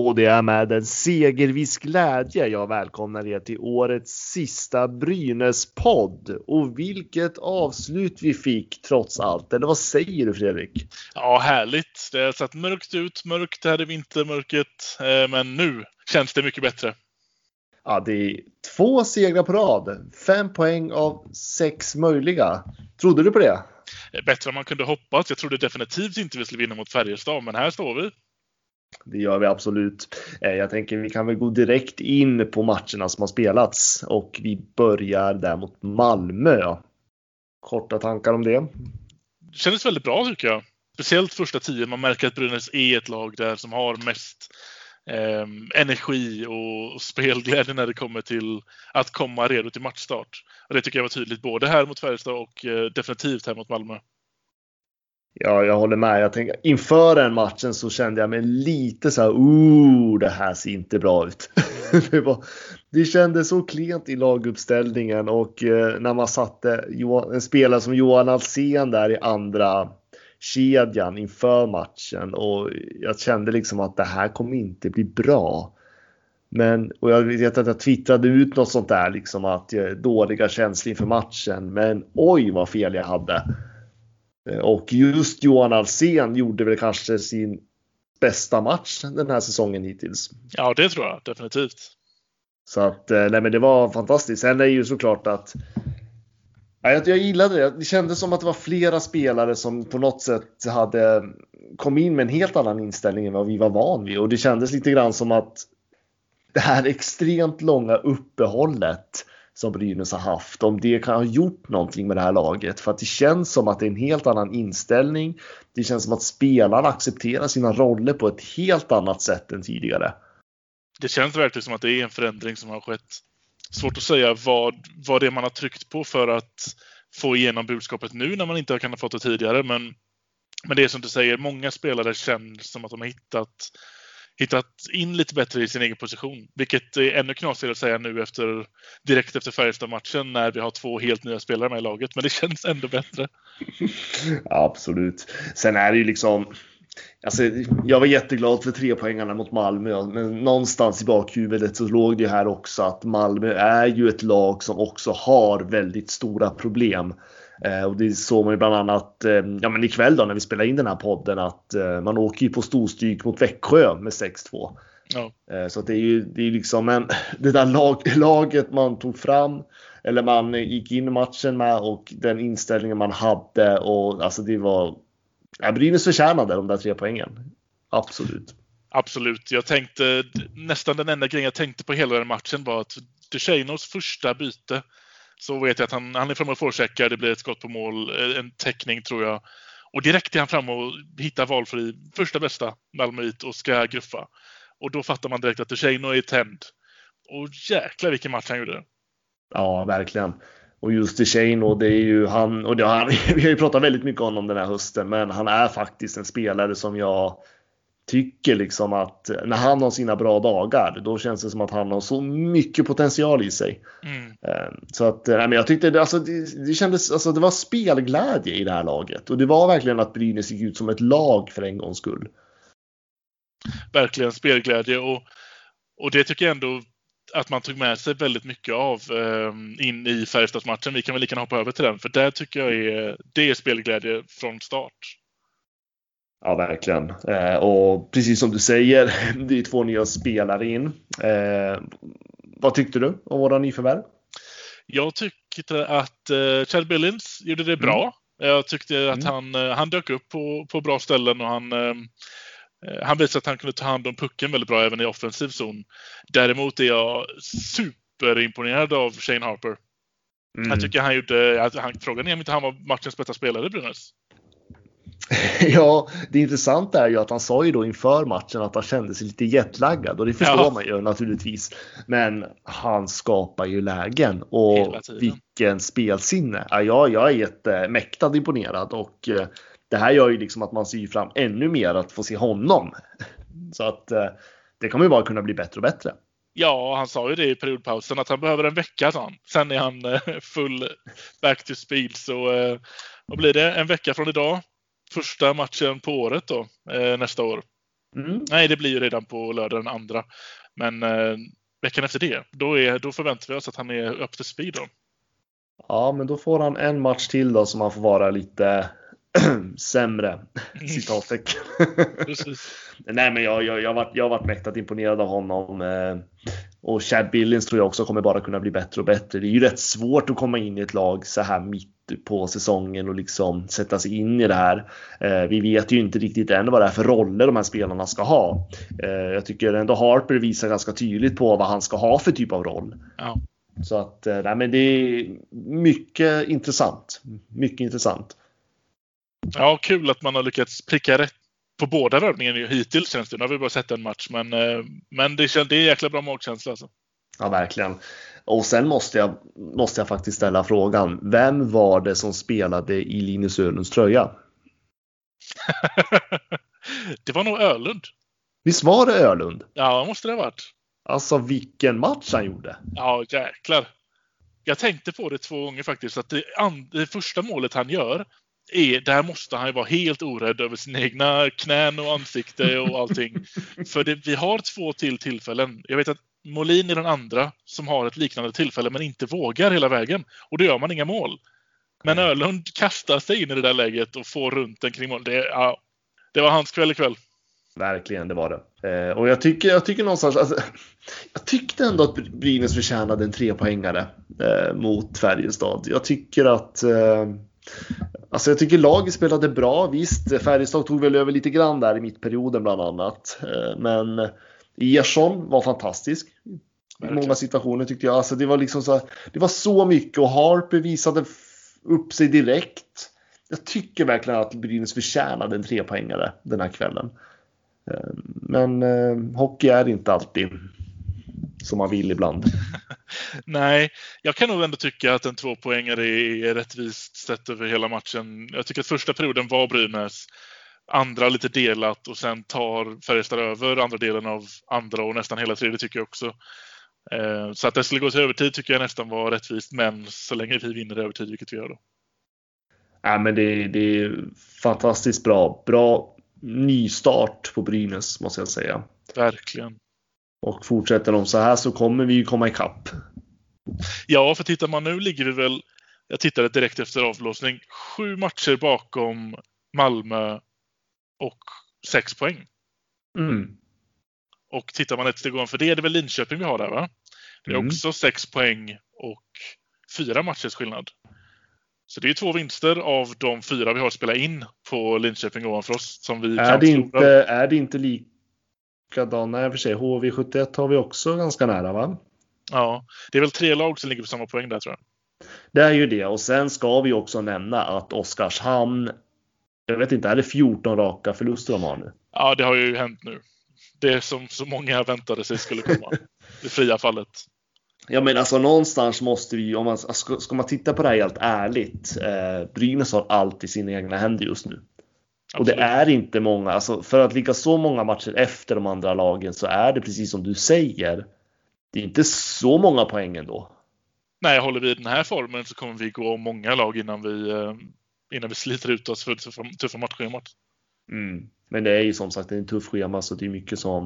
Och det är med en segerviss glädje jag välkomnar er till årets sista Brynäs-podd. Och vilket avslut vi fick trots allt. Eller vad säger du, Fredrik? Ja, härligt. Det har sett mörkt ut. Mörkt här i vintermörkret. Men nu känns det mycket bättre. Ja, det är 2 segrar på rad. 5 poäng av 6 möjliga. Trodde du på det? Bättre än man kunde hoppas. Jag trodde definitivt inte vi skulle vinna mot Färjestad. Men här står vi. Det gör vi absolut. Jag tänker vi kan väl gå direkt in på matcherna som har spelats. Och vi börjar där mot Malmö. Korta tankar om det? Det kändes väldigt bra tycker jag. Speciellt första 10. Man märker att Brynäs är ett lag där som har mest energi och spelglädje när det kommer till att komma redo till matchstart. Och det tycker jag var tydligt både här mot Färjestad och definitivt här mot Malmö. Ja, jag håller med. Jag tänker, inför den matchen så kände jag mig lite så här, det här ser inte bra ut. Det kändes så klent i laguppställningen och när man satte en spelare som Johan Alsen där i andra kedjan inför matchen och jag kände liksom att det här kommer inte bli bra. Och jag vet att jag twittrade ut något sånt där liksom att dåliga känslor inför matchen, men oj vad fel jag hade. Och just Johan Alsen gjorde väl kanske sin bästa match den här säsongen hittills. Ja, det tror jag definitivt. Så att nej, men det var fantastiskt. Sen är det ju såklart att jag gillade det. Det kändes som att det var flera spelare som på något sätt kom in med en helt annan inställning än vad vi var van vid. Och det kändes lite grann som att det här extremt långa uppehållet som Brynäs har haft, om det kan ha gjort någonting med det här laget. För att det känns som att det är en helt annan inställning. Det känns som att spelarna accepterar sina roller på ett helt annat sätt än tidigare. Det känns verkligen som att det är en förändring som har skett. Svårt att säga vad det är man har tryckt på för att få igenom budskapet nu när man inte har kunnat få det tidigare. Men det är som du säger, många spelare känns som att de har hittat in lite bättre i sin egen position. Vilket är ännu knasigare att säga nu direkt efter Färjestad-matchen när vi har 2 helt nya spelare med i laget. Men det känns ändå bättre. Absolut. Sen är det ju liksom... Alltså, jag var jätteglad för 3 poängarna mot Malmö. Men någonstans i bakhuvudet så låg det här också att Malmö är ju ett lag som också har väldigt stora problem. Och det såg man ju bland annat men ikväll då när vi spelar in den här podden att man åker ju på storstryk mot Växjö med 6-2. Ja. Så att det är ju liksom det där laget man tog fram eller man gick in i matchen med och den inställningen man hade och alltså det var Brynäs förtjänade de där 3 poängen. Absolut. Jag tänkte nästan den enda grejen jag tänkte på hela den matchen var att Duchesnos första byte, så vet jag att han är framme och forecheckar, det blir ett skott på mål, en täckning tror jag. Och direkt är han fram och hittar valfri första bästa Malmöit och ska gruffa. Och då fattar man direkt att Duchesno är tänd. Och jäklar vilken match han gjorde. Ja, verkligen. Och just Duchesno, det är ju han, och vi har ju pratat väldigt mycket om honom den här hösten, men han är faktiskt en spelare som jag tycker liksom att när han har sina bra dagar, då känns det som att han har så mycket potential i sig. Så att men jag tyckte det kändes, alltså det var spelglädje i det här laget och det var verkligen att Brynäs gick ut som ett lag för en gångs skull. Verkligen spelglädje och det tycker jag ändå att man tog med sig väldigt mycket av in i Färjestadsmatchen. Vi kan väl lika gärna hoppa över till den, för där tycker jag det är spelglädje från start. Ja, verkligen. Och precis som du säger, det är 2 nya spelare in. Vad tyckte du om våra nyförvärv? Jag tyckte att Chad Billings gjorde det bra. Jag tyckte att han dök upp på bra ställen och han visade att han kunde ta hand om pucken väldigt bra även i offensiv zon. Däremot är jag superimponerad av Shane Harper. Jag tycker frågan är om inte han var matchens bästa spelare i Brynäs. Ja, det intressanta är ju att han sa ju då inför matchen att han kände sig lite jetlaggad och det förstår man ju naturligtvis. Men han skapar ju lägen och vilken spelsinne. Ja, jag är jättemäktad imponerad och det här gör ju liksom att man ser fram ännu mer att få se honom. Så att det kommer ju bara kunna bli bättre och bättre. Ja, han sa ju det i periodpausen att han behöver en vecka. Sen är han full back to speed. Så vad blir det? En vecka från idag. Första matchen på året då, nästa år. Nej, det blir ju redan på lördag den andra. Men veckan efter det, då förväntar vi oss att han är up to speed då. Ja, men då får han en match till då som han får vara lite sämre. Citattecken. Nej, men jag har varit mäktat imponerad av honom. Och Chad Billings tror jag också kommer bara kunna bli bättre och bättre. Det är ju rätt svårt att komma in i ett lag så här mitt på säsongen och liksom sätta sig in i det här. Vi vet ju inte riktigt än vad det är för roller de här spelarna ska ha. Jag tycker ändå Harper visar ganska tydligt på vad han ska ha för typ av roll. Ja. Så att nej, men det är mycket intressant. Mycket intressant. Ja, kul att man har lyckats pricka rätt på båda värvningarna hittills, känns det. Nu har vi bara sett en match, men det är jäkla bra magkänsla alltså. Ja, verkligen. Och sen måste jag faktiskt ställa frågan. Vem var det som spelade i Linus Ölunds tröja? Det var nog Ölund. Visst var det Ölund? Ja, måste det ha varit. Alltså vilken match han gjorde. Ja, jäklar. Jag tänkte på det 2 gånger faktiskt. Att det första målet han gör där måste han ju vara helt orädd över sina egna knän och ansikte och allting. För vi har 2 tillfällen. Jag vet att Molin är den andra som har ett liknande tillfälle men inte vågar hela vägen. Och då gör man inga mål. Men Ölund kastar sig in i det där läget och får runt den kring mål. Det var hans kväll ikväll. Verkligen, det var det. Och jag tycker någonstans, alltså, jag tyckte ändå att Brynäs förtjänade en 3-poängare mot Färjestad. Jag tycker att jag tycker laget spelade bra. Visst, Färjestad tog väl över lite grann där i mittperioden bland annat. Men Ersson var fantastisk. I många situationer tyckte jag. Alltså, det var liksom det var så mycket och Harper visade upp sig direkt. Jag tycker verkligen att Brynäs förtjänade en 3-poängare den här kvällen. Men hockey är inte alltid som man vill ibland. Nej, jag kan nog ändå tycka att en 2-poängare är rättvist sett över hela matchen. Jag tycker att första perioden var Brynäs, andra lite delat och sen tar Färjestad över andra delen av andra och nästan hela tredje tycker jag också. Så att det skulle gå till övertid tycker jag nästan var rättvist, men så länge vi vinner övertid, vilket vi gör då. Ja, men det är fantastiskt bra nystart på Brynäs måste jag säga. Verkligen. Och fortsätter de så här så kommer vi ju komma ikapp. Ja, för tittar man nu ligger vi väl, jag tittade direkt efter avblåsning, 7 matcher bakom Malmö och 6 poäng. Och tittar man ett steg ovanför det är det väl Linköping vi har där, va? Det är också 6 poäng och 4 matchers skillnad. Så det är 2 vinster av de 4 vi har spelat in på Linköping ovanför oss som vi är det inte likadana? Nej, för sig HV71 har vi också ganska nära, va? Ja, det är väl 3 lag som ligger på samma poäng där, tror jag. Det är ju det, och sen ska vi också nämna att Oskarshamn, jag vet inte, är det 14 raka förluster de har nu? Ja, det har ju hänt nu. Det som så många väntade sig skulle komma. Det fria fallet. Ja, men alltså någonstans måste vi, om man ska man titta på det här helt ärligt, Brynäs har allt i sina egna händer just nu. Absolut. Och det är inte många, alltså för att ligga så många matcher efter de andra lagen så är det precis som du säger. Det är inte så många poäng ändå. Nej, håller vi den här formen så kommer vi gå många lag innan vi sliter ut oss för tuffa matchschemat. Men det är ju som sagt en tuff schema, så det är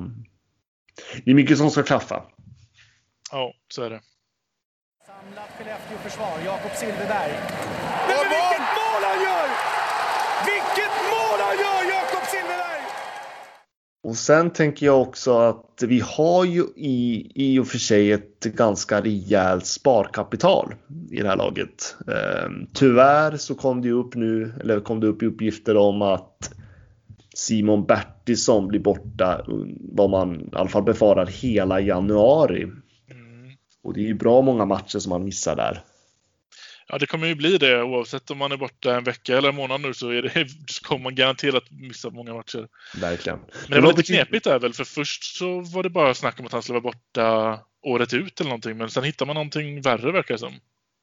mycket som ska klaffa. Ja, så är det. Samlat Skellefteå-försvar, Jakob Silfverberg. Men vilket mål han gör! Vilket mål han gör, Jakob Silfverberg! Och sen tänker jag också att vi har ju i och för sig ett ganska rejält sparkapital i det här laget. Tyvärr så kom det upp uppgifter om att Simon Bertilsson blir borta, vad man i alla fall befarar, hela januari. Och det är ju bra många matcher som man missar där. Ja, det kommer ju bli det. Oavsett om man är borta en vecka eller en månad nu så kommer man garanterat missa många matcher. Verkligen. Men det var lite knepigt där väl, för först så var det bara snack om att han skulle vara borta året ut eller någonting. Men sen hittar man någonting värre, verkar det som.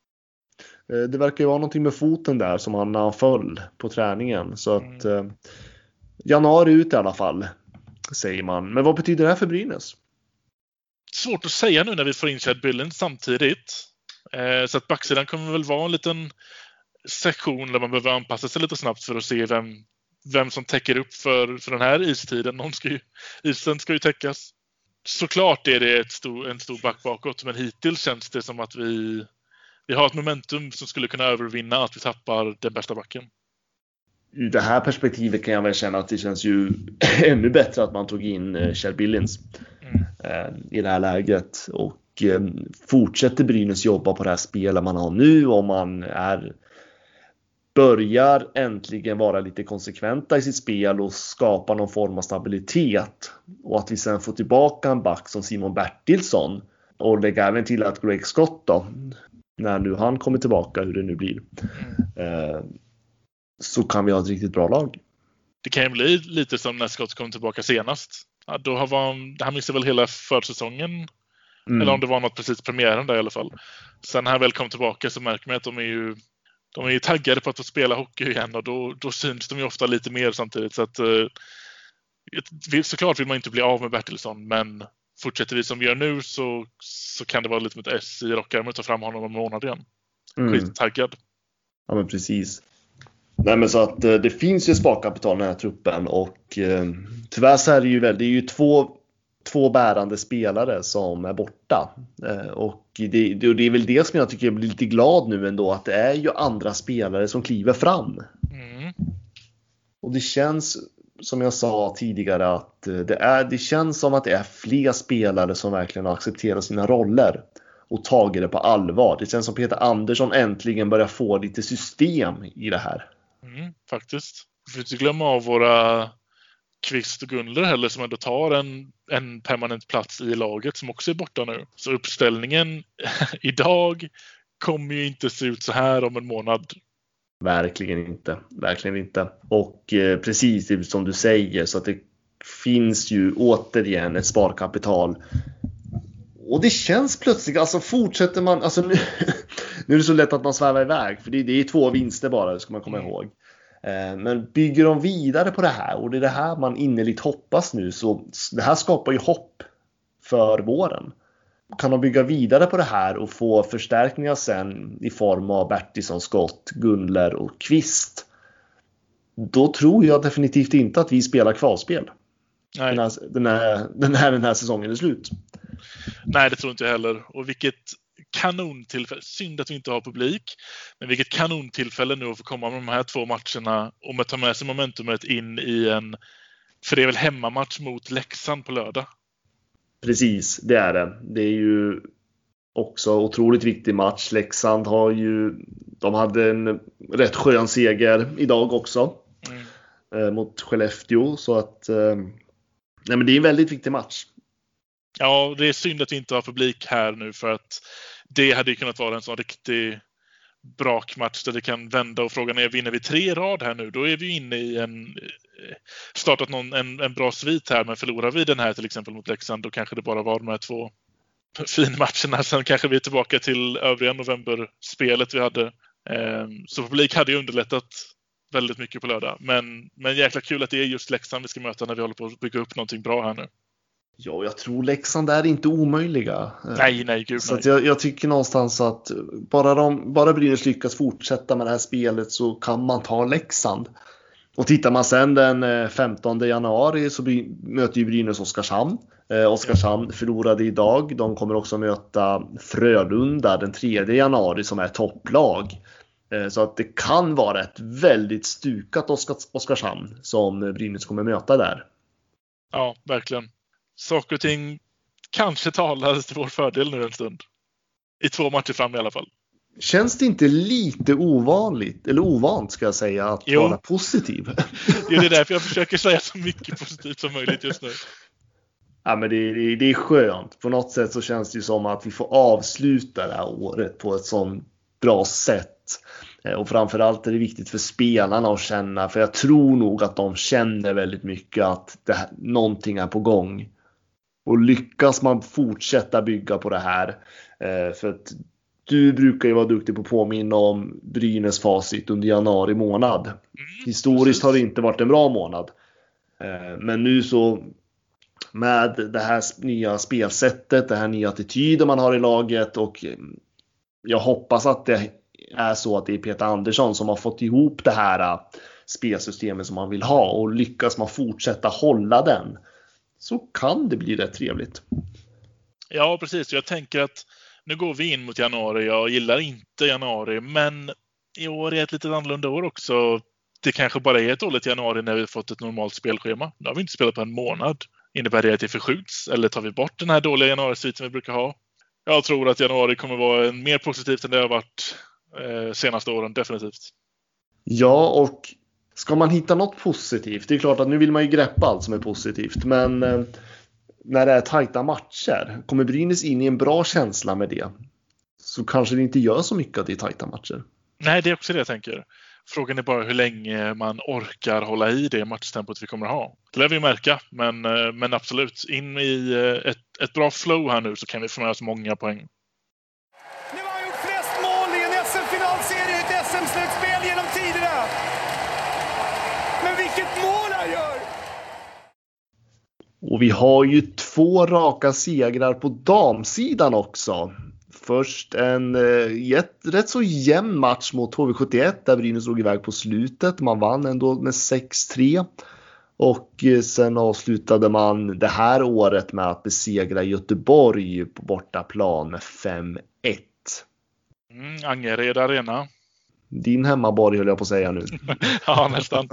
Det verkar ju vara någonting med foten där som han föll på träningen. Så att januari ut i alla fall, säger man. Men vad betyder det här för Brynäs? Svårt att säga nu när vi får in Chad Billings samtidigt. Så att backsidan kommer väl vara en liten sektion där man behöver anpassa sig lite snabbt för att se vem som täcker upp för den här istiden. Isen ska ju täckas. Såklart är det en stor back bakåt, men hittills känns det som att vi har ett momentum som skulle kunna övervinna att vi tappar den bästa backen. Ur det här perspektivet kan jag väl känna att det känns ju ännu bättre att man tog in Kjell Billings i det här läget. Och fortsätter Brynäs jobba på det här spelet man har nu, om man börjar äntligen vara lite konsekventa i sitt spel och skapa någon form av stabilitet, och att vi sen får tillbaka en back som Simon Bertilsson och lägga även till att Greg Scott då, när nu han kommer tillbaka, hur det nu blir, så kan vi ha ett riktigt bra lag. Det kan ju bli lite som när Scott kom tillbaka senast. Ja, då han missade väl hela försäsongen. Eller om det var något precis premiären där i alla fall. Sen när han väl kom tillbaka så märker man att de är ju taggade på att få spela hockey igen, och då syns de ju ofta lite mer samtidigt. Så att såklart vill man inte bli av med Bertilsson, men fortsätter vi som vi gör nu så kan det vara lite med ett S i rockärmen att ta fram honom om en månad igen. Skittaggad. Ja, men precis. Nej, men så att det finns ju sparkapital i den här truppen, och tyvärr så är det är ju två bärande spelare som är borta, och det är väl det som jag tycker jag blir lite glad nu ändå, att det är ju andra spelare som kliver fram. Och det känns, som jag sa tidigare, att det känns som att det är fler spelare som verkligen har accepterat sina roller och tagit det på allvar. Det känns som Peter Andersson äntligen börjar få lite system i det här. Faktiskt. Vi får inte glömma av våra Kvist och Gunler heller, som ändå tar en permanent plats i laget, som också är borta nu. Så uppställningen idag kommer ju inte se ut så här om en månad. Verkligen inte. Och precis som du säger, så att det finns ju återigen ett sparkapital. Och det känns plötsligt, alltså fortsätter man, alltså nu är det så lätt att man svävar iväg, för det är 2 vinster bara, det ska man komma ihåg. Men bygger de vidare på det här, och det är det här man innerligt hoppas nu, så det här skapar ju hopp för våren. Kan de bygga vidare på det här och få förstärkningar sen i form av Bertilsson, Scott, Gunler och Kvist, då tror jag definitivt inte att vi spelar kvalspel. Nej. Den här säsongen är slut. Nej, det tror inte jag heller. Och vilket kanontillfälle. Synd att vi inte har publik. Men vilket kanontillfälle nu att få komma med de här 2 matcherna och med ta med sig momentumet in i för det är väl hemmamatch mot Leksand på lördag. Precis, det är det. Det är ju också otroligt viktig match. Leksand de hade en rätt skön seger idag också mot Skellefteå, så att nej, men det är en väldigt viktig match. Ja, det är synd att vi inte har publik här nu, för att det hade ju kunnat vara en sån riktig brakmatch där det kan vända, och frågan är, vinner vi 3 rad här nu, då är vi inne i startat en bra svit här, men förlorar vi den här till exempel mot Leksand, då kanske det bara var de här 2 finmatcherna. Sen kanske vi är tillbaka till övriga november-spelet vi hade. Så publik hade ju underlättat väldigt mycket på lördag, men jäkla kul att det är just Leksand vi ska möta när vi håller på att bygga upp någonting bra här nu. Ja, jag tror Leksand är inte omöjliga. Nej, gud. Så att jag tycker någonstans att bara Brynäs lyckas fortsätta med det här spelet, så kan man ta Leksand. Och tittar man sen den 15 januari så möter ju Brynäs Oskarshamn. Oskarshamn förlorade idag. De kommer också möta Frölunda den 3 januari som är topplag. Så att det kan vara ett väldigt stukat Oskarshamn som Brynäs kommer möta där. Ja, verkligen. Saker och ting kanske talar till vår fördel nu en stund. I 2 matcher fram i alla fall. Känns det inte lite ovanligt, eller ovant ska jag säga, att vara positiv? Jo, det är därför jag försöker säga så mycket positivt som möjligt just nu. Ja, men det är skönt. På något sätt så känns det ju som att vi får avsluta det här året på ett sånt bra sätt. Och framförallt är det viktigt för spelarna att känna, för jag tror nog att de känner väldigt mycket att någonting är på gång. Och lyckas man fortsätta bygga på det här, för att du brukar ju vara duktig på att påminna om Brynäs facit under januari månad. Historiskt har det inte varit en bra månad. Men nu så med det här nya spelsättet, det här nya attityden man har i laget, och jag hoppas att det är så att det är Peter Andersson som har fått ihop det här spelsystemet som man vill ha, och lyckas man fortsätta hålla den, så kan det bli rätt trevligt. Ja, precis. Jag tänker att nu går vi in mot januari. Jag gillar inte januari, men i år är ett lite annorlunda år också. Det kanske bara är ett dåligt januari när vi fått ett normalt spelschema. Nu har vi inte spelat på en månad. Innebär det att det förskjuts? Eller tar vi bort den här dåliga januari-sviten vi brukar ha? Jag tror att januari kommer vara mer positivt än det har varit senaste åren, definitivt. Ja, och ska man hitta något positivt, det är klart att nu vill man ju greppa allt som är positivt, men när det är tajta matcher, kommer Brynäs in i en bra känsla med det, så kanske det inte gör så mycket att det är tajta matcher. Nej, det är också det jag tänker. Frågan är bara hur länge man orkar hålla i det matchtempot vi kommer att ha. Det lär vi märka, men absolut. In i ett bra flow här nu så kan vi få med oss många poäng. Nu har han gjort flest mål i en SM-finalserie i ett SM-slutspel genom tiderna. Men vilket mål han gör! Och vi har ju 2 raka segrar på damsidan också. Först en rätt så jämn match mot HV71 där Brynäs drog iväg på slutet. Man vann ändå med 6-3. Och sen avslutade man det här året med att besegra Göteborg på bortaplan med 5-1. Angered Arena. Din hemmaborg höll jag på att säga nu. Ja, nästan.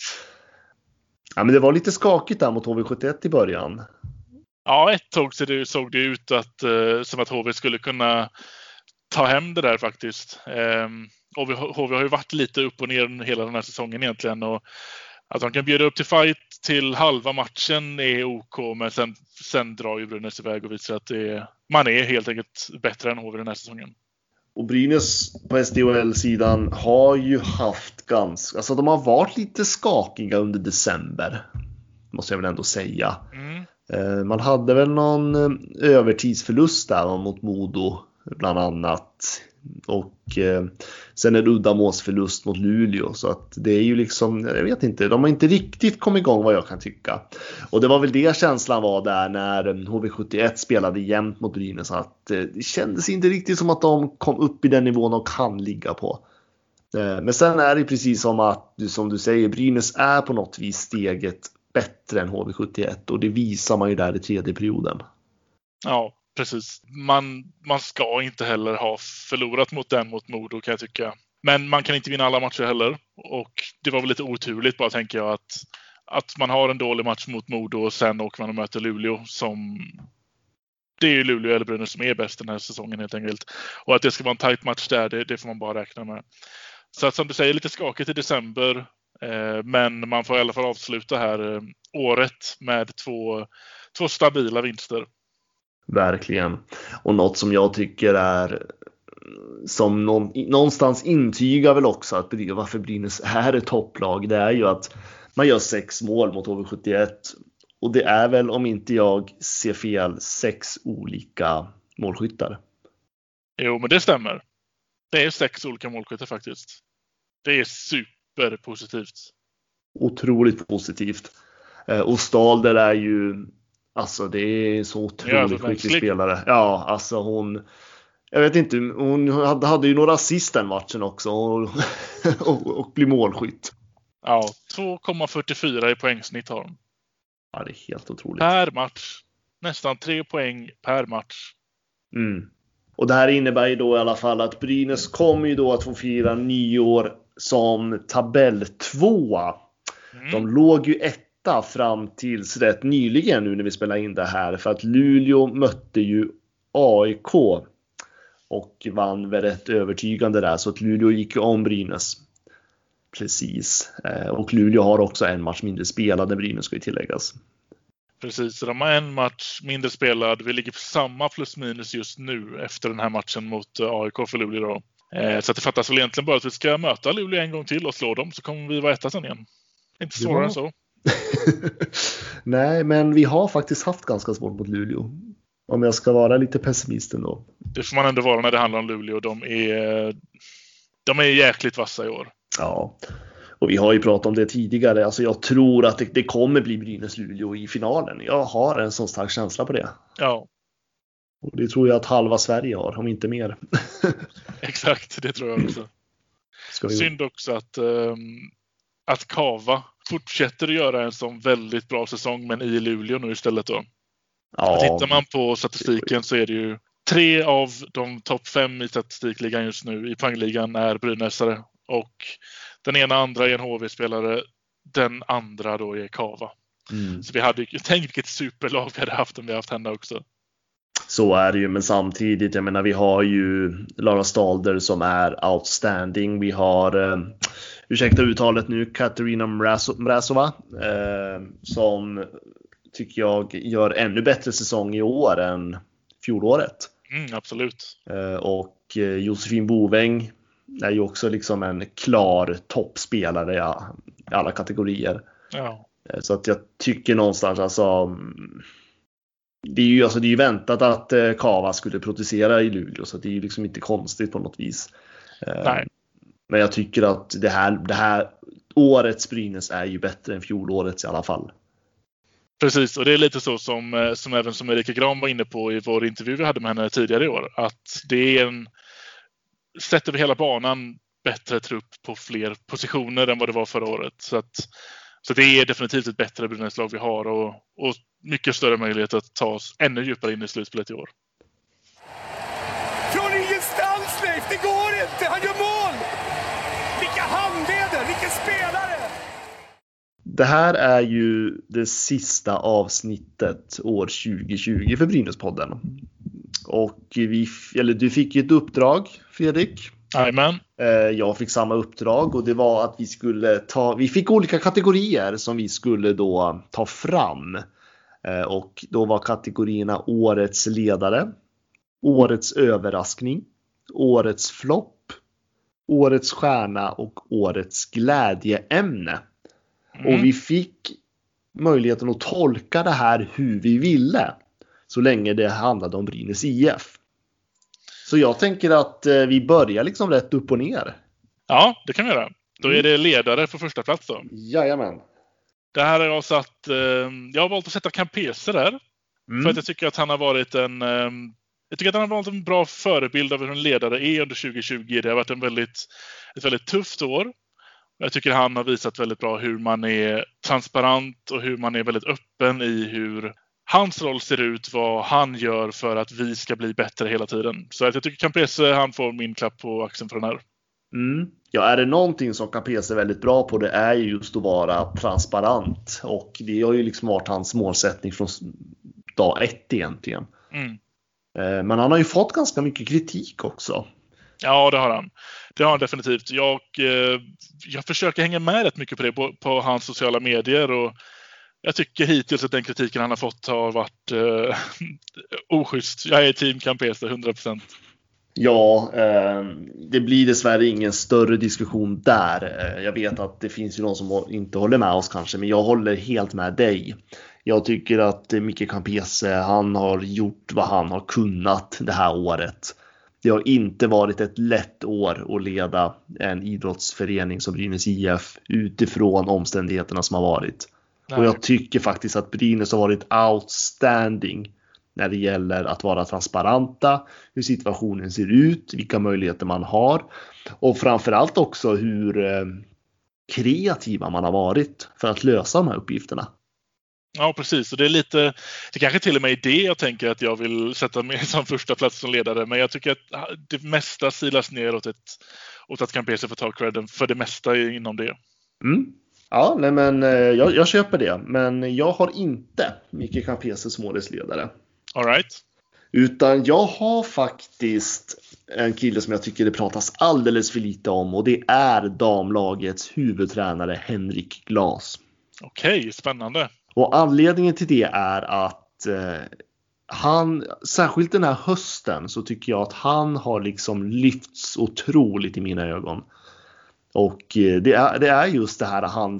Ja, men det var lite skakigt där mot HV71 i början. Ja, ett tag såg det ut att, som att HV skulle kunna ta hem det där faktiskt. HV har ju varit lite upp och ner hela den här säsongen egentligen. Och att de kan bjuda upp till fight till halva matchen är OK. Men sen drar ju Brynäs iväg och visar att man är helt enkelt bättre än HV den här säsongen. Och Brynäs på SDHL-sidan har ju haft alltså de har varit lite skakiga under december, måste jag väl ändå säga. Man hade väl någon övertidsförlust där mot Modo bland annat, och sen en uddamålsförlust mot Luleå, så att det är ju liksom, jag vet inte, de har inte riktigt kommit igång vad jag kan tycka. Och det var väl det känslan var där när HV71 spelade jämnt mot Brynäs, att det kändes inte riktigt som att de kom upp i den nivån de kan ligga på. Men sen är det precis som att, som du säger, Brynäs är på något vis steget bättre än HV71, och det visar man ju där i tredje perioden. Ja, precis. Man ska inte heller ha förlorat mot Modo, kan jag tycka. Men man kan inte vinna alla matcher heller. Och det var väl lite oturligt bara, tänker jag, att man har en dålig match mot Modo och sen åker man och möter Luleå som... Det är ju Luleå eller Brynäs som är bäst den här säsongen helt enkelt. Och att det ska vara en tight match där, det får man bara räkna med. Så att, som du säger, lite skakigt i december. Men man får i alla fall avsluta här året med två stabila vinster. Verkligen. Och något som jag tycker är, som någonstans intygar väl också att varför Brynäs är ett topplag, det är ju att man gör 6 mål mot HV71. Och det är väl, om inte jag ser fel, 6 olika målskyttar. Jo, men det stämmer. Det är 6 olika målskyttar faktiskt. Det är superpositivt. Otroligt positivt. Och Stalder är ju, alltså det är så otroligt skicklig spelare. Ja, alltså jag vet inte, hon hade ju några assist den matchen också och blir målskytt. Ja, 2,44 i poängsnitt har hon. Ja, det är helt otroligt. Per match. Nästan 3 poäng per match. Och det här innebär ju då i alla fall att Brynäs kommer ju då att få fira nyår som tabell 2. De låg ju 1 fram tills rätt nyligen nu när vi spelar in det här, för att Luleå mötte ju AIK och vann väl rätt övertygande där, så att Luleå gick ju om Brynäs. Precis. Och Luleå har också en match mindre spelad än Brynäs, ska ju tilläggas. Precis, de har en match mindre spelad. Vi ligger på samma plus minus just nu efter den här matchen mot AIK för Luleå då. Så att det fattas väl egentligen bara att vi ska möta Luleå en gång till och slå dem, så kommer vi vara 1 sen igen. Inte svårare än så. Nej, men vi har faktiskt haft ganska svårt mot Luleå. Om jag ska vara lite pessimist ändå. Det får man ändå vara när det handlar om Luleå. De är jäkligt vassa i år. Ja, och vi har ju pratat om det tidigare. Alltså jag tror att det kommer bli Brynäs-Luleå i finalen. Jag har en sån stark känsla på det. Ja. Och det tror jag att halva Sverige har, om inte mer. Exakt, det tror jag också. Synd också att att Kava fortsätter att göra en sån väldigt bra säsong, men i Luleå nu istället då. Ja. Tittar man på statistiken så är det ju 3 av de topp 5 i statistikligan just nu i poängligan är brynäsare. Och den ena andra är en HV-spelare, den andra då är Kava. Så vi hade ju tänkt vilket superlag vi hade haft om vi haft henne också. Så är det ju, men samtidigt, jag menar, vi har ju Lara Stalder som är outstanding. Vi har, ursäkta uttalet nu, Katarina Mrazova som tycker jag gör ännu bättre säsong i år än fjolåret. Absolut. Och Josefin Boväng är ju också liksom en klar toppspelare i alla kategorier. Ja. Så att jag tycker någonstans alltså, det är ju väntat att Kava skulle producera i Luleå, så det är ju liksom inte konstigt på något vis. Nej. Men jag tycker att det här årets Brynäs är ju bättre än fjolårets i alla fall. Precis, och det är lite så som även som Erika Gran var inne på i vår intervju vi hade med henne tidigare i år. Att det är sett över hela banan bättre trupp på fler positioner än vad det var förra året. Så det är definitivt ett bättre Brynäs-lag vi har och mycket större möjlighet att ta oss ännu djupare in i slutspelet i år. Från ingenstans, Leif! Det går inte! Han gör mål! Vilka handleder! Vilken spelare! Det här är ju det sista avsnittet år 2020 för Brynäspodden. Och du fick ju ett uppdrag, Fredrik. Amen. Jag fick samma uppdrag, och det var att vi fick olika kategorier som vi skulle då ta fram. Och då var kategorierna årets ledare, årets överraskning, årets flopp, årets stjärna och årets glädjeämne. Och vi fick möjligheten att tolka det här hur vi ville, så länge det handlade om Brynäs IF. Så jag tänker att vi börjar liksom rätt upp och ner. Ja, det kan vi göra. Då är det ledare på första plats då. Jajamän. Det här har jag har valt att sätta Campese där. För att jag tycker att han har varit en bra förebild av hur en ledare är under 2020. Det har varit ett väldigt tufft år. Jag tycker han har visat väldigt bra hur man är transparent och hur man är väldigt öppen i hur hans roll ser ut, vad han gör för att vi ska bli bättre hela tiden. Så jag tycker Campese, han får min klapp på axeln för den här. Ja, är det någonting som Campese är väldigt bra på, det är just att vara transparent. Och det har ju liksom varit hans målsättning från dag 1 egentligen. Men han har ju fått ganska mycket kritik också. Ja, det har han. Det har han definitivt. Jag försöker hänga med rätt mycket på det på hans sociala medier, och jag tycker hittills att den kritiken han har fått har varit oschysst. Jag är team Campese 100%. Ja, det blir dessvärre ingen större diskussion där. Jag vet att det finns ju någon som inte håller med oss kanske, men jag håller helt med dig. Jag tycker att Micke Campese, han har gjort vad han har kunnat det här året. Det har inte varit ett lätt år att leda en idrottsförening som Brynäs IF utifrån omständigheterna som har varit. Nej. Och jag tycker faktiskt att Brynäs har varit outstanding när det gäller att vara transparenta, hur situationen ser ut, vilka möjligheter man har, och framförallt också hur kreativa man har varit för att lösa de här uppgifterna. Ja, precis. Och det kanske till och med är det jag tänker att jag vill sätta mig som första plats som ledare. Men jag tycker att det mesta silas ner åt att Campese får ta credden för det mesta inom det. Ja, nej, men jag köper det. Men jag har inte Micke Campese som årets ledare. All right. Utan jag har faktiskt en kille som jag tycker det pratas alldeles för lite om. Och det är damlagets huvudtränare Henrik Glas. Okej, spännande. Och anledningen till det är att han, särskilt den här hösten, så tycker jag att han har liksom lyfts otroligt i mina ögon. Och det är just det här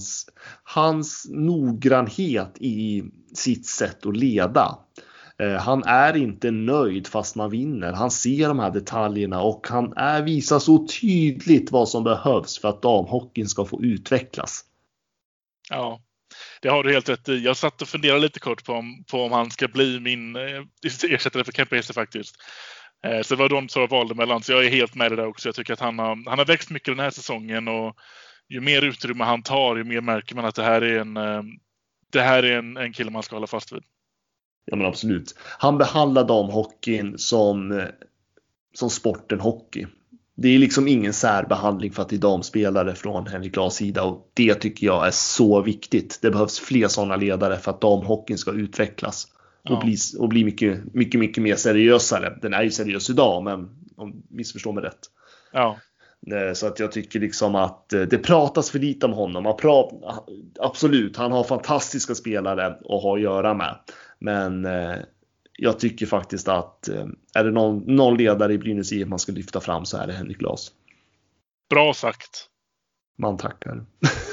hans noggrannhet i sitt sätt att leda. Han är inte nöjd fast man vinner. Han ser de här detaljerna och han visar så tydligt vad som behövs för att damhockeyn ska få utvecklas. Ja, det har du helt rätt i. Jag satt och funderade lite kort på om han ska bli min ersättare för Campese faktiskt. Så det var de som jag valde mellan. Så jag är helt med det där också. Jag tycker att han har växt mycket den här säsongen. Och ju mer utrymme han tar, ju mer märker man att det här är en kille man ska hålla fast vid. Ja, men absolut. Han behandlar damhockeyn som sporten hockey. Det är liksom ingen särbehandling för att det är damspelare från Henrik Glas sida, och det tycker jag är så viktigt. Det behövs fler sådana ledare för att damhockeyn ska utvecklas och bli mycket, mycket, mycket mer seriösare. Den är ju seriös idag, men missförstå mig rätt. Ja. Så att jag tycker liksom att det pratas för lite om honom. Absolut, han har fantastiska spelare att ha att göra med. Men jag tycker faktiskt att är det någon ledare i Brynäs IF man ska lyfta fram, så är det Henrik Glas. Bra sagt. Man tackar.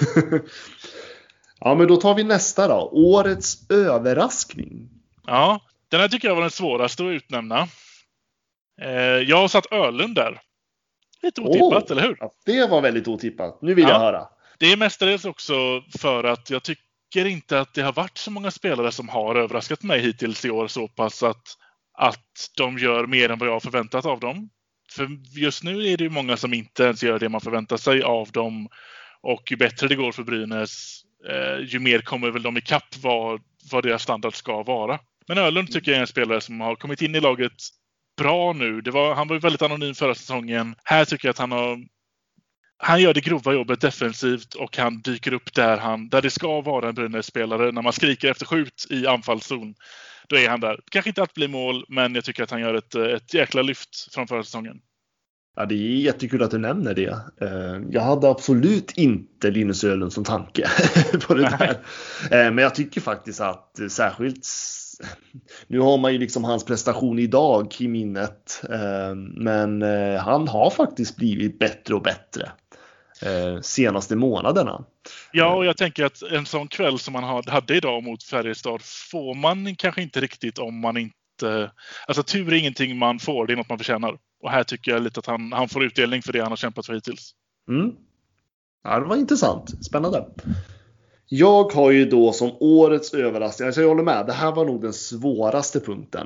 Ja, men då tar vi nästa då. Årets överraskning. Ja, den här tycker jag var den svåraste att utnämna. Jag har satt Öhlund där. Lite otippat, eller hur? Ja, det var väldigt otippat. Nu vill jag höra. Det är mestadels också för att jag tycker inte att det har varit så många spelare som har överraskat mig hittills i år så pass att de gör mer än vad jag har förväntat av dem. För just nu är det ju många som inte ens gör det man förväntar sig av dem. Och ju bättre det går för Brynäs, ju mer kommer väl de ikapp vad deras standard ska vara. Men Öhlund tycker jag är en spelare som har kommit in i laget bra nu. Han var ju väldigt anonym förra säsongen. Här tycker jag att han gör det grova jobbet defensivt, och han dyker upp där det ska vara en Brynäs-spelare. När man skriker efter skjut i anfallszon, då är han där. Kanske inte att bli mål, men jag tycker att han gör ett jäkla lyft från förra säsongen. Ja, det är jättekul att du nämner det. Jag hade absolut inte Linus Öhlund som tanke på det där. Men jag tycker faktiskt att särskilt, nu har man ju liksom hans prestation idag i minnet, men han har faktiskt blivit bättre och bättre senaste månaderna. Ja, och jag tänker att en sån kväll som man hade idag mot Färjestad får man kanske inte riktigt om man inte... Alltså tur är ingenting man får, det är något man förtjänar. Och här tycker jag lite att han får utdelning för det han har kämpat för hittills. Ja, det var intressant. Spännande. Jag har ju då som årets överraskning, alltså jag håller med, det här var nog den svåraste punkten.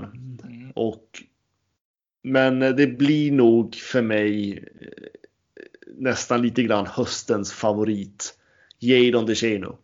Men det blir nog för mig nästan lite grann höstens favorit, Jadon DeShano.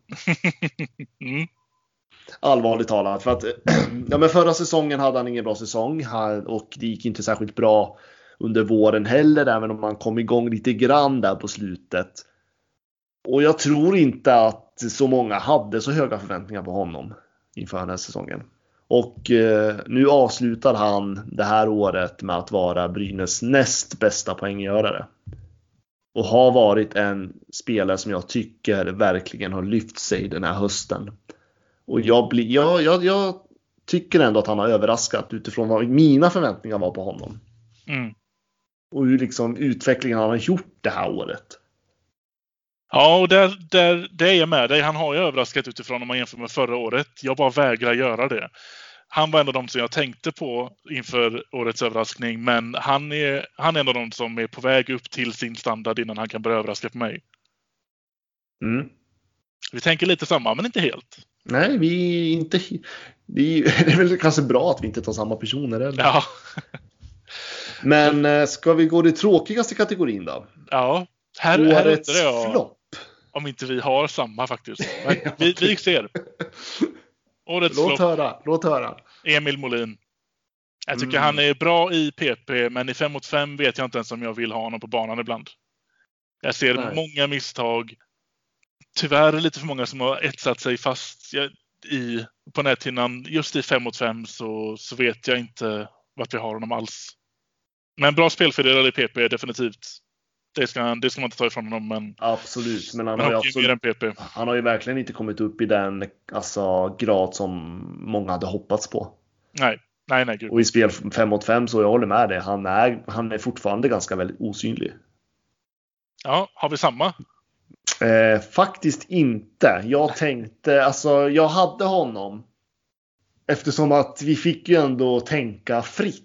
Allvarligt talat, för att men förra säsongen hade han ingen bra säsong, och det gick inte särskilt bra under våren heller, även om man kom igång lite grann där på slutet. Och jag tror inte att så många hade så höga förväntningar på honom inför den här säsongen. Och nu avslutar han det här året med att vara Brynäs näst bästa poänggörare. Och har varit en spelare som jag tycker verkligen har lyft sig den här hösten. Och jag tycker ändå att han har överraskat utifrån vad mina förväntningar var på honom. Och hur liksom utvecklingen han har gjort det här året. Ja, och där är jag med dig. Han har ju överraskat utifrån om man jämför med förra året. Jag bara vägrar göra det. Han var en av de som jag tänkte på inför årets överraskning. Men han är en av de som är på väg upp till sin standard innan han kan börja överraska på mig. Vi tänker lite samma, men inte helt. Nej, det är väl kanske bra att vi inte tar samma personer. Eller? Ja. Men ska vi gå det tråkigaste kategorin då? Ja. Årets flopp. Om inte vi har samma faktiskt. Vi ser. Årets flopp. Låt höra. Emil Molin. Jag tycker han är bra i PP, men i 5-mot-5 vet jag inte ens om jag vill ha honom på banan ibland. Jag ser många misstag. Tyvärr lite för många som har etsat sig fast på näthinnan. Just i 5-mot-5 så vet jag inte vart vi har honom alls. Men bra spelfördelare i PP definitivt. Det ska man inte ta ifrån honom. Men absolut. Men han har ju verkligen inte kommit upp i den grad som många hade hoppats på. Nej. Gud. Och i spel 5-mot-5 så jag håller med dig. Han är fortfarande ganska väldigt osynlig. Ja, har vi samma? Faktiskt inte. Jag hade honom eftersom att vi fick ju ändå tänka fritt.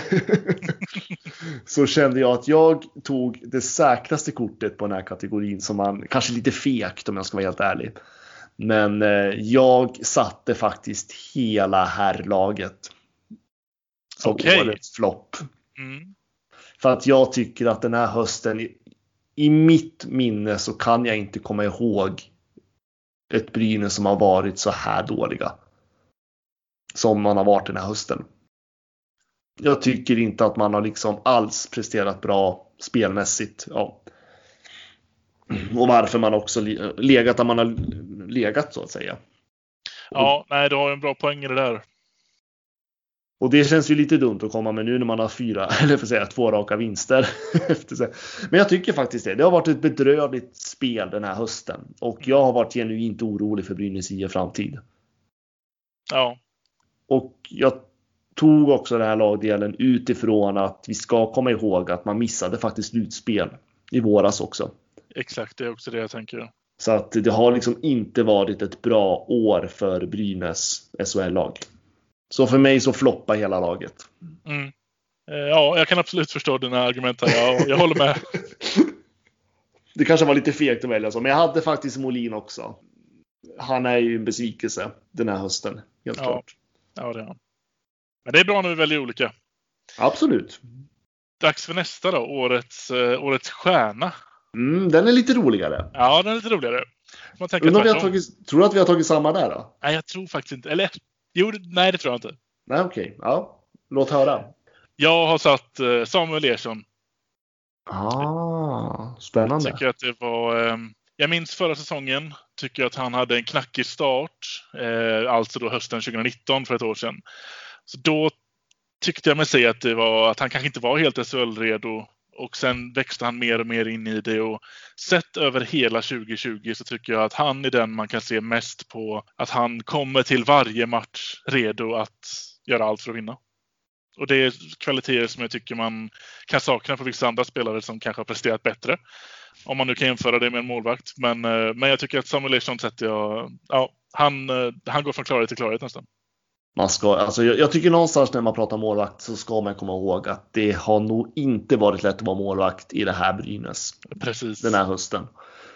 Så kände jag att jag tog det säkraste kortet på den här kategorin, som man kanske lite fegt om jag ska vara helt ärlig. Men jag satte faktiskt hela herrlaget som årets flopp. För att jag tycker att den här hösten i mitt minne så kan jag inte komma ihåg ett Brynäs som har varit så här dåliga som man har varit den här hösten. Jag tycker inte att man har liksom alls presterat bra spelmässigt. Ja. Och varför man också legat där man har legat, så att säga. Ja, nej, du har en bra poäng i det där. Och det känns ju lite dumt att komma med nu när man har 2 raka vinster efter sig. Men jag tycker faktiskt det. Det har varit ett bedrövligt spel den här hösten. Och jag har varit genuint orolig för Brynäs IF framtid. Ja. Och jag tog också den här lagdelen utifrån att vi ska komma ihåg att man missade faktiskt slutspel i våras också. Exakt, det är också det jag tänker. Så att det har liksom inte varit ett bra år för Brynäs SHL-lag. Så för mig så floppar hela laget. Mm. Ja, jag kan absolut förstå dina argument här. Jag håller med. Det kanske var lite fegt att välja så, men jag hade faktiskt Molin också. Han är ju en besvikelse den här hösten, helt klart. Ja, det är han. Men det är bra när vi väljer olika. Absolut. Dags för nästa då, årets stjärna. Den är lite roligare. Ja, den är lite roligare. Tror du att vi har tagit samma där då? Nej, jag tror faktiskt inte. Eller, nej, det tror jag inte. Nej, okej. Ja, låt höra. Jag har satt Samuel Ersson. Spännande. Jag tycker att det var... Jag minns förra säsongen. Tycker att han hade en knackig start. Alltså då hösten 2019 för ett år sedan. Så då tyckte jag mig se att han kanske inte var helt SHL-redo. Och sen växte han mer och mer in i det. Och sett över hela 2020 så tycker jag att han är den man kan se mest på. Att han kommer till varje match redo att göra allt för att vinna. Och det är kvaliteter som jag tycker man kan sakna på vissa andra spelare som kanske har presterat bättre. Om man nu kan jämföra det med en målvakt. Men jag tycker att Samuel Ersson han går från klarhet till klarhet nästan. Jag tycker någonstans när man pratar målvakt så ska man komma ihåg att det har nog inte varit lätt att vara målvakt i det här Brynäs. Precis. Den här hösten.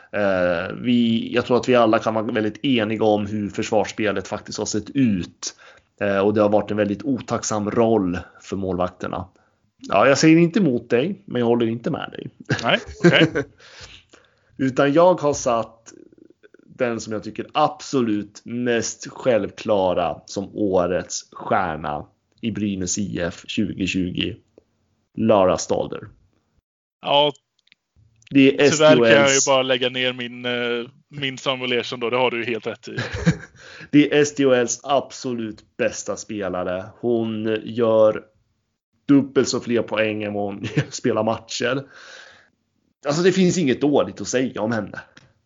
Jag tror att vi alla kan vara väldigt eniga om hur försvarsspelet faktiskt har sett ut. Och det har varit en väldigt otacksam roll för målvakterna. Ja, jag säger inte emot dig, men jag håller inte med dig. Nej, okej. Okay. Utan jag har satt den som jag tycker absolut mest självklara som årets stjärna i Brynäs IF 2020. Lara Stalder. Ja, det är tyvärr kan jag ju bara lägga ner min Samuel Ersson då. Det har du ju helt rätt i. Det är SDHLs absolut bästa spelare. Hon gör dubbelt så fler poäng än hon spelar matcher. Alltså det finns inget dåligt att säga om henne.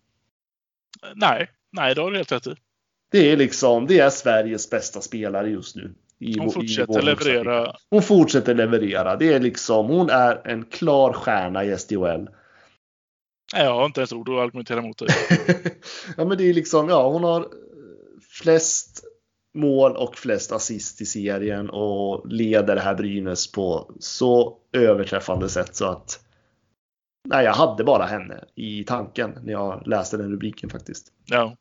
Nej, det har du helt rätt i. Det är Sveriges bästa spelare just nu. Hon fortsätter leverera. Hon fortsätter leverera. Det är hon är en klar stjärna i SDHL. Nej, jag har inte ens ord att argumentera mot det. Ja, men det är hon har flest mål och flest assist i serien och leder det här Brynäs på så överträffande sätt så att jag hade bara henne i tanken när jag läste den rubriken faktiskt. Ja.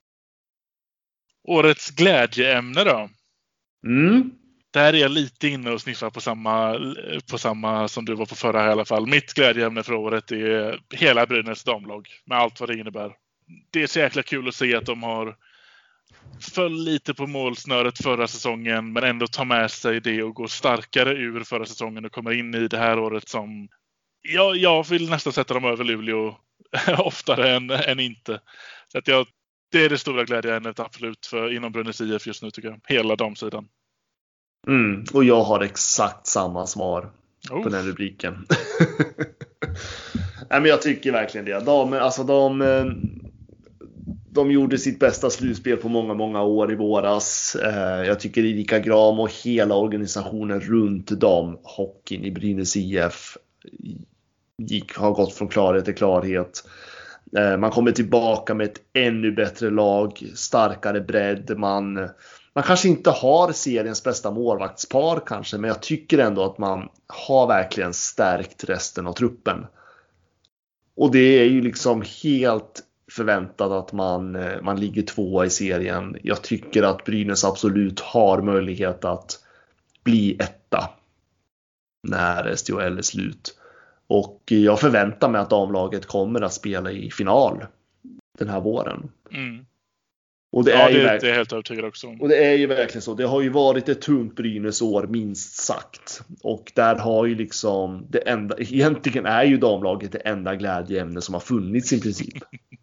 Årets glädjeämne då? Där är jag lite inne och sniffar på samma som du var på förra i alla fall. Mitt glädjeämne för året är hela Brynäs damlag med allt vad det innebär. Det är så jäkla kul att se att de har föll lite på målsnöret förra säsongen men ändå tar med sig det och går starkare ur förra säsongen och kommer in i det här året som jag vill nästan sätta dem över Luleå oftare än inte. Så att det är det stora glädjeämnet absolut för inom Brynäs IF just nu tycker jag. Hela damsidan. Och jag har exakt samma svar på den rubriken. Nej, men jag tycker verkligen det. De gjorde sitt bästa slutspel på många, många år i våras. Jag tycker Erika Gram och hela organisationen runt dem, hockeyn i Brynäs IF, har gått från klarhet till klarhet. Man kommer tillbaka med ett ännu bättre lag, starkare bredd. Man kanske inte har seriens bästa målvaktspar kanske, men jag tycker ändå att man har verkligen stärkt resten av truppen. Och det är ju helt förväntat att man ligger 2 i serien. Jag tycker att Brynäs absolut har möjlighet att bli 1 när SDHL är slut. Och jag förväntar mig att damlaget kommer att spela i final den här våren. Mm. Och det Ja, är ju det är jag helt övertygad också om. Och det är ju verkligen så. Det har ju varit ett tungt Brynäs år minst sagt. Och där har ju liksom det enda, egentligen är ju damlaget det enda glädjeämne som har funnits i princip.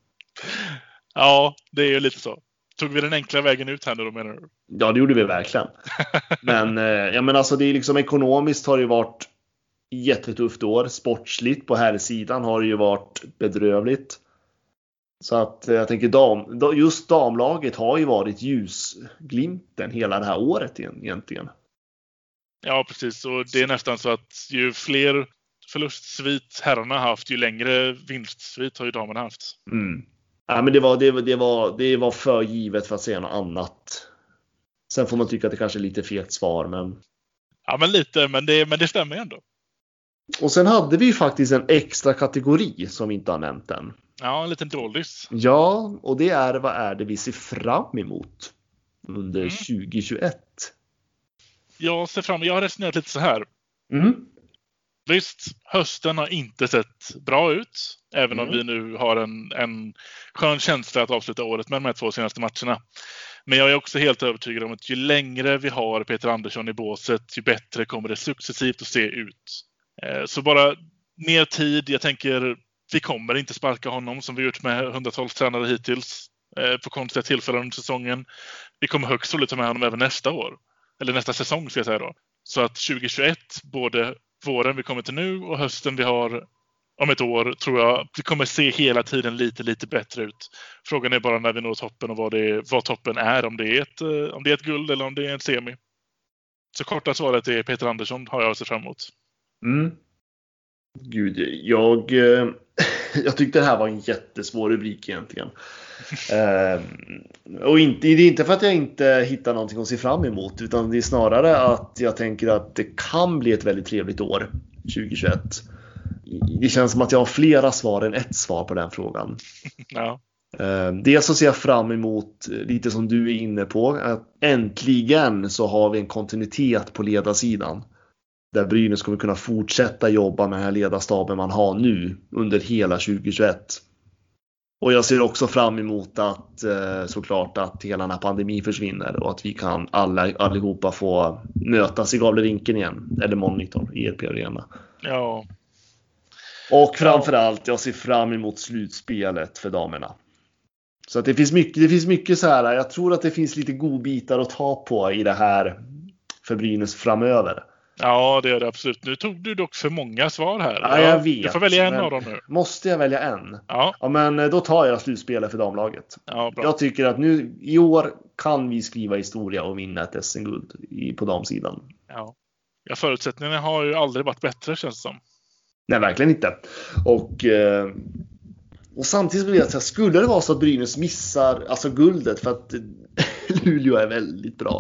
Ja, det är ju lite så. Tog vi den enkla vägen ut här nu då, menar du? Ja, det gjorde vi verkligen. Men ja, men alltså det är liksom ekonomiskt har det ju varit jättetufft år. Sportsligt på här sidan har det ju varit bedrövligt. Så att jag tänker just damlaget har ju varit ljusglimten hela det här året egentligen. Ja, precis. Och det är nästan så att ju fler förlustsvit herrarna haft, ju längre vinstsvit har ju damerna haft. Mm. Ja, men det var för givet för att säga något annat. Sen får man tycka att det kanske är lite fegt svar, men... Ja, men lite, men det stämmer ändå. Och sen hade vi ju faktiskt en extra kategori som vi inte har nämnt än. Ja, en liten doldis. Ja, och det är vad är det vi ser fram emot under 2021? Jag har resonerat lite så här. Mm. Visst, hösten har inte sett bra ut. Även om vi nu har en skön känsla att avsluta året med de här 2 senaste matcherna. Men jag är också helt övertygad om att ju längre vi har Peter Andersson i båset, ju bättre kommer det successivt att se ut. Så bara mer tid. Jag tänker, vi kommer inte sparka honom som vi gjort med 112 tränare hittills på konstiga tillfällen under säsongen. Vi kommer högst troligt ta med honom även nästa år. Eller nästa säsong ska jag säga då. Så att 2021, både våren vi kommer till nu och hösten vi har om ett år, tror jag vi kommer se hela tiden lite bättre ut. Frågan är bara när vi når toppen och vad toppen är. Om det är ett guld eller om det är en semi. Så korta svaret är Peter Andersson har jag sett fram emot. Mm. Gud, jag tyckte det här var en jättesvår rubrik egentligen. Och det är inte för att jag inte hittar någonting att se fram emot, utan det är snarare att jag tänker att det kan bli ett väldigt trevligt år 2021. Det känns som att jag har flera svar än ett svar på den frågan. Ja. Dels så ser jag fram emot, lite som du är inne på, att äntligen så har vi en kontinuitet på ledarsidan. Där Brynäs kommer kunna fortsätta jobba med den här ledarstaben man har nu under hela 2021. Och jag ser också fram emot att såklart att hela den här pandemin försvinner och att vi kan allihopa få mötas i Gavlerinken igen. Eller Monitor, ERP Arena. Ja. Och framförallt jag ser fram emot slutspelet för damerna. Så att det finns mycket så här. Jag tror att det finns lite godbitar att ta på i det här för Brynäs framöver. Ja, det är det absolut. Nu tog du dock för många svar här. Ja, jag vet. Du får välja en av dem nu. Måste jag välja en? Ja. Men då tar jag slutspelet för damlaget. Ja, bra. Jag tycker att nu i år kan vi skriva historia och vinna ett SM-guld på damsidan. Ja, förutsättningarna har ju aldrig varit bättre, känns det som. Nej, verkligen inte. Och samtidigt vill jag säga, skulle det vara så att Brynäs missar alltså guldet för att Luleå är väldigt bra,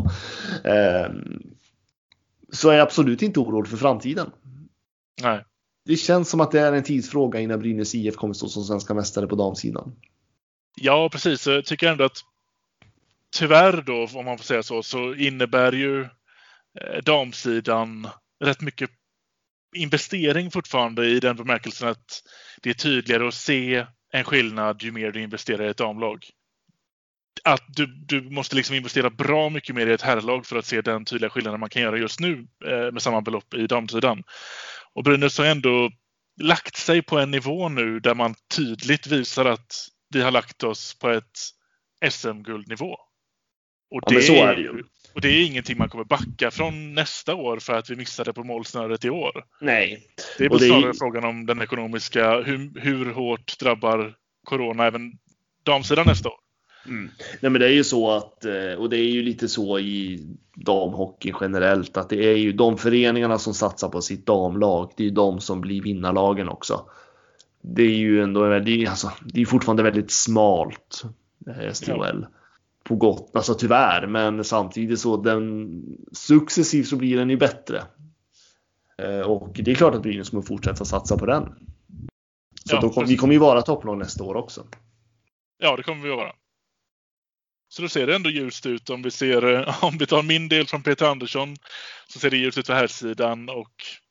så är jag absolut inte orolig för framtiden. Nej. Det känns som att det är en tidsfråga innan Brynäs IF kommer stå som svenska mästare på damsidan. Ja, precis. Jag tycker ändå att tyvärr då, om man får säga så innebär ju damsidan rätt mycket investering fortfarande, i den bemärkelsen att det är tydligare att se en skillnad ju mer du investerar i ett damlag. Att du måste liksom investera bra mycket mer i ett herrlag för att se den tydliga skillnaden man kan göra just nu med samma belopp i damsidan. Och Brynäs har ändå lagt sig på en nivå nu där man tydligt visar att vi har lagt oss på ett SM-guldnivå. Och ja, men så är det ju. Och det är ingenting man kommer backa från nästa år för att vi missade på målsnöret i år. Nej. Det är snarare frågan om den ekonomiska, hur hårt drabbar corona även damsidan nästa år. Mm. Nej, men det är ju så att, och det är ju lite så i damhockey generellt, att det är ju de föreningarna som satsar på sitt damlag, det är ju de som blir vinnarlagen också. Det är ju ändå, det är fortfarande väldigt smalt STHL på gott, alltså tyvärr, men samtidigt så successivt så blir den ju bättre. Och det är klart att Brynäs kommer fortsätta satsa på den. Så vi kommer ju vara topplag nästa år också. Ja, det kommer vi vara. Så då ser det ändå ljust ut om vi tar min del från Peter Andersson, så ser det ljust ut för här sidan, och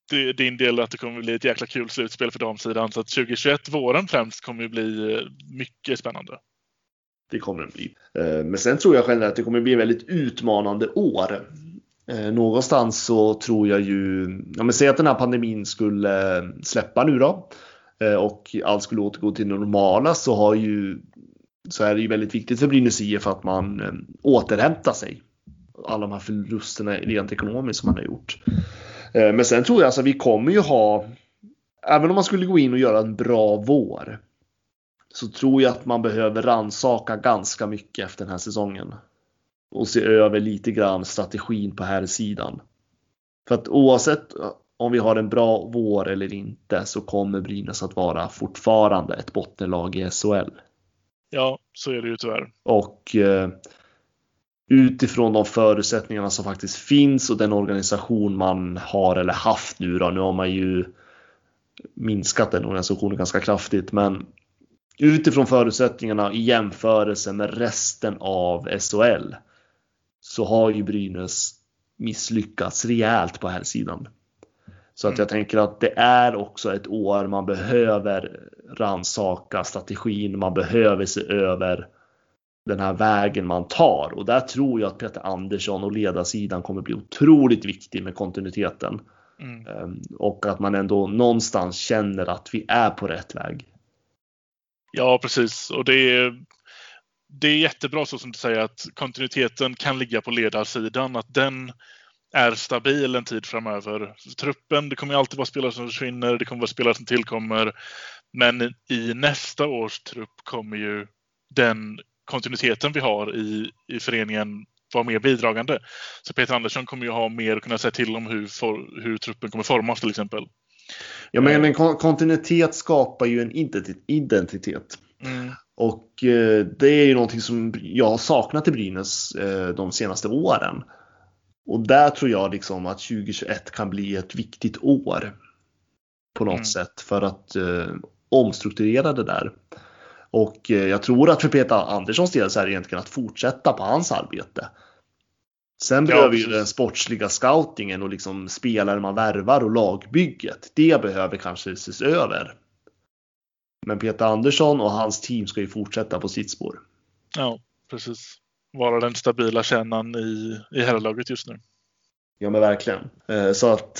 din del att det kommer bli ett jäkla kul slutspel för damsidan. Så att 2021, våren främst, kommer ju bli mycket spännande. Det kommer det bli. Men sen tror jag generellt att det kommer bli en väldigt utmanande år. Någonstans så tror jag ju, säg att den här pandemin skulle släppa nu då, och allt skulle återgå till det normala, så är det ju väldigt viktigt för Brynäs IF att man återhämtar sig. Alla de här förlusterna rent ekonomiskt som man har gjort. Men sen tror jag alltså vi kommer ju ha, även om man skulle gå in och göra en bra vår, så tror jag att man behöver ransaka ganska mycket efter den här säsongen. Och se över lite grann strategin på här sidan. För att oavsett om vi har en bra vår eller inte, så kommer Brynäs att vara fortfarande ett bottenlag i SHL. Ja, så är det ju tyvärr. Och utifrån de förutsättningarna som faktiskt finns och den organisation man har eller haft nu då. Nu har man ju minskat den organisationen ganska kraftigt, men utifrån förutsättningarna i jämförelse med resten av SHL så har ju Brynäs misslyckats rejält på här sidan. Så att jag tänker att det är också ett år man behöver ransaka strategin, man behöver se över den här vägen man tar. Och där tror jag att Peter Andersson och ledarsidan kommer bli otroligt viktig med kontinuiteten. Och att man ändå någonstans känner att vi är på rätt väg. Ja, precis. Och det är jättebra så som du säger att kontinuiteten kan ligga på ledarsidan. Att den är stabil en tid framöver. Truppen, det kommer alltid vara spelare som försvinner. Det kommer vara spelare som tillkommer. Men i nästa års trupp kommer ju den kontinuiteten vi har i föreningen vara mer bidragande. Så Peter Andersson kommer ju ha mer att kunna säga till om hur truppen kommer formas till exempel. Ja, men kontinuitet skapar ju en identitet. Och det är ju någonting som jag har saknat i Brynäs de senaste åren. Och där tror jag liksom att 2021 kan bli ett viktigt år på något sätt för att omstrukturera det där. Och jag tror att för Peter Anderssons del så är det egentligen att fortsätta på hans arbete. Sen behöver ju den sportsliga scoutingen och liksom spelare man värvar och lagbygget. Det behöver kanske ses över. Men Peter Andersson och hans team ska ju fortsätta på sitt spår. Ja, precis. Vara den stabila kärnan i herrlaget just nu. Ja, men verkligen. Så att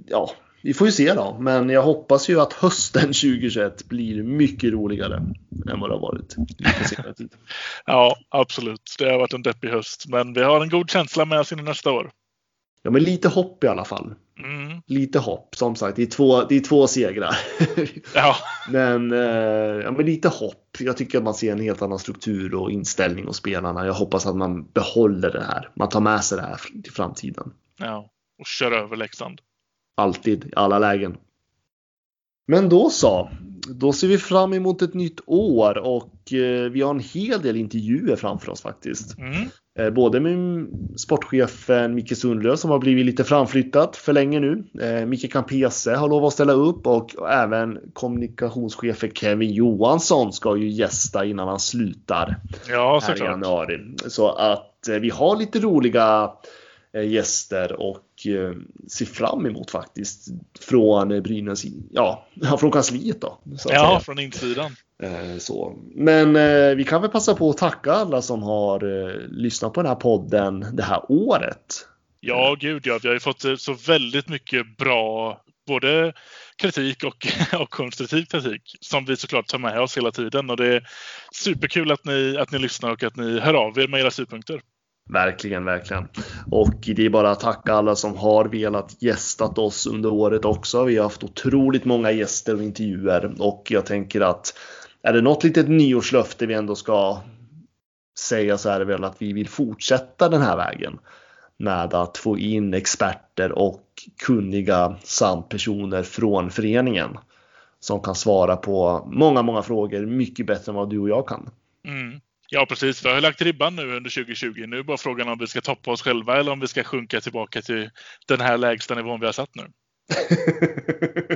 vi får ju se då. Men jag hoppas ju att hösten 2021 blir mycket roligare än vad det har varit på senare tid. Ja, absolut. Det har varit en deppig höst. Men vi har en god känsla med oss in i nästa år. Ja, men lite hopp i alla fall. Lite hopp, som sagt. Det är två segrar. Ja. Men lite hopp. Jag tycker att man ser en helt annan struktur och inställning hos spelarna. Jag hoppas att man behåller det här. Man tar med sig det här till framtiden. Ja, och kör över Leksand. Alltid, i alla lägen. Men då ser vi fram emot ett nytt år och vi har en hel del intervjuer framför oss faktiskt. Både med sportchefen Micke Sundlöv som har blivit lite framflyttat för länge nu. Micke Campese har lov att ställa upp och även kommunikationschefen Kevin Johansson ska ju gästa innan han slutar här i januari. Så att vi har lite roliga gäster och ser fram emot faktiskt från Brynäs, från kansliet då. Så att säga. Från insidan. Så. Men vi kan väl passa på att tacka alla som har lyssnat på den här podden det här året. Ja, gud ja. Vi har ju fått så väldigt mycket bra både kritik och konstruktiv kritik som vi såklart tar med oss hela tiden. Och det är superkul att ni lyssnar och att ni hör av er med era synpunkter. Verkligen, verkligen. Och det är bara att tacka alla som har velat gästat oss under året också. Vi har haft otroligt många gäster och intervjuer. Och jag tänker att är det något litet nyårslöfte vi ändå ska säga, så är det väl att vi vill fortsätta den här vägen med att få in experter och kunniga personer från föreningen som kan svara på många frågor mycket bättre än vad du och jag kan. Ja, precis. Vi har lagt ribban nu under 2020. Nu är bara frågan om vi ska toppa oss själva eller om vi ska sjunka tillbaka till den här lägsta nivån vi har satt nu.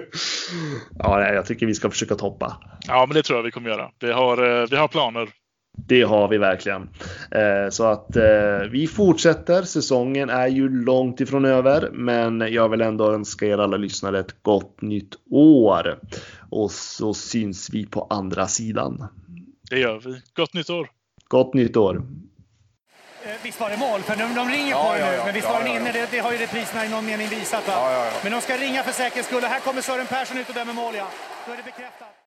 Ja, jag tycker vi ska försöka toppa. Ja, men det tror jag vi kommer göra. Vi har planer. Det har vi verkligen. Så att vi fortsätter. Säsongen är ju långt ifrån över, men jag vill ändå önska er alla lyssnare ett gott nytt år. Och så syns vi på andra sidan. Det gör vi. Gott nytt år. Gott nytt år. Visst var det mål, för de ringer på nu, men visst var den inne, det har ju repriserna i någon mening visat. Va? Men de ska ringa för säkerhets skull, och här kommer Sören Persson ut och dömer mål, ja. Då är det bekräftat.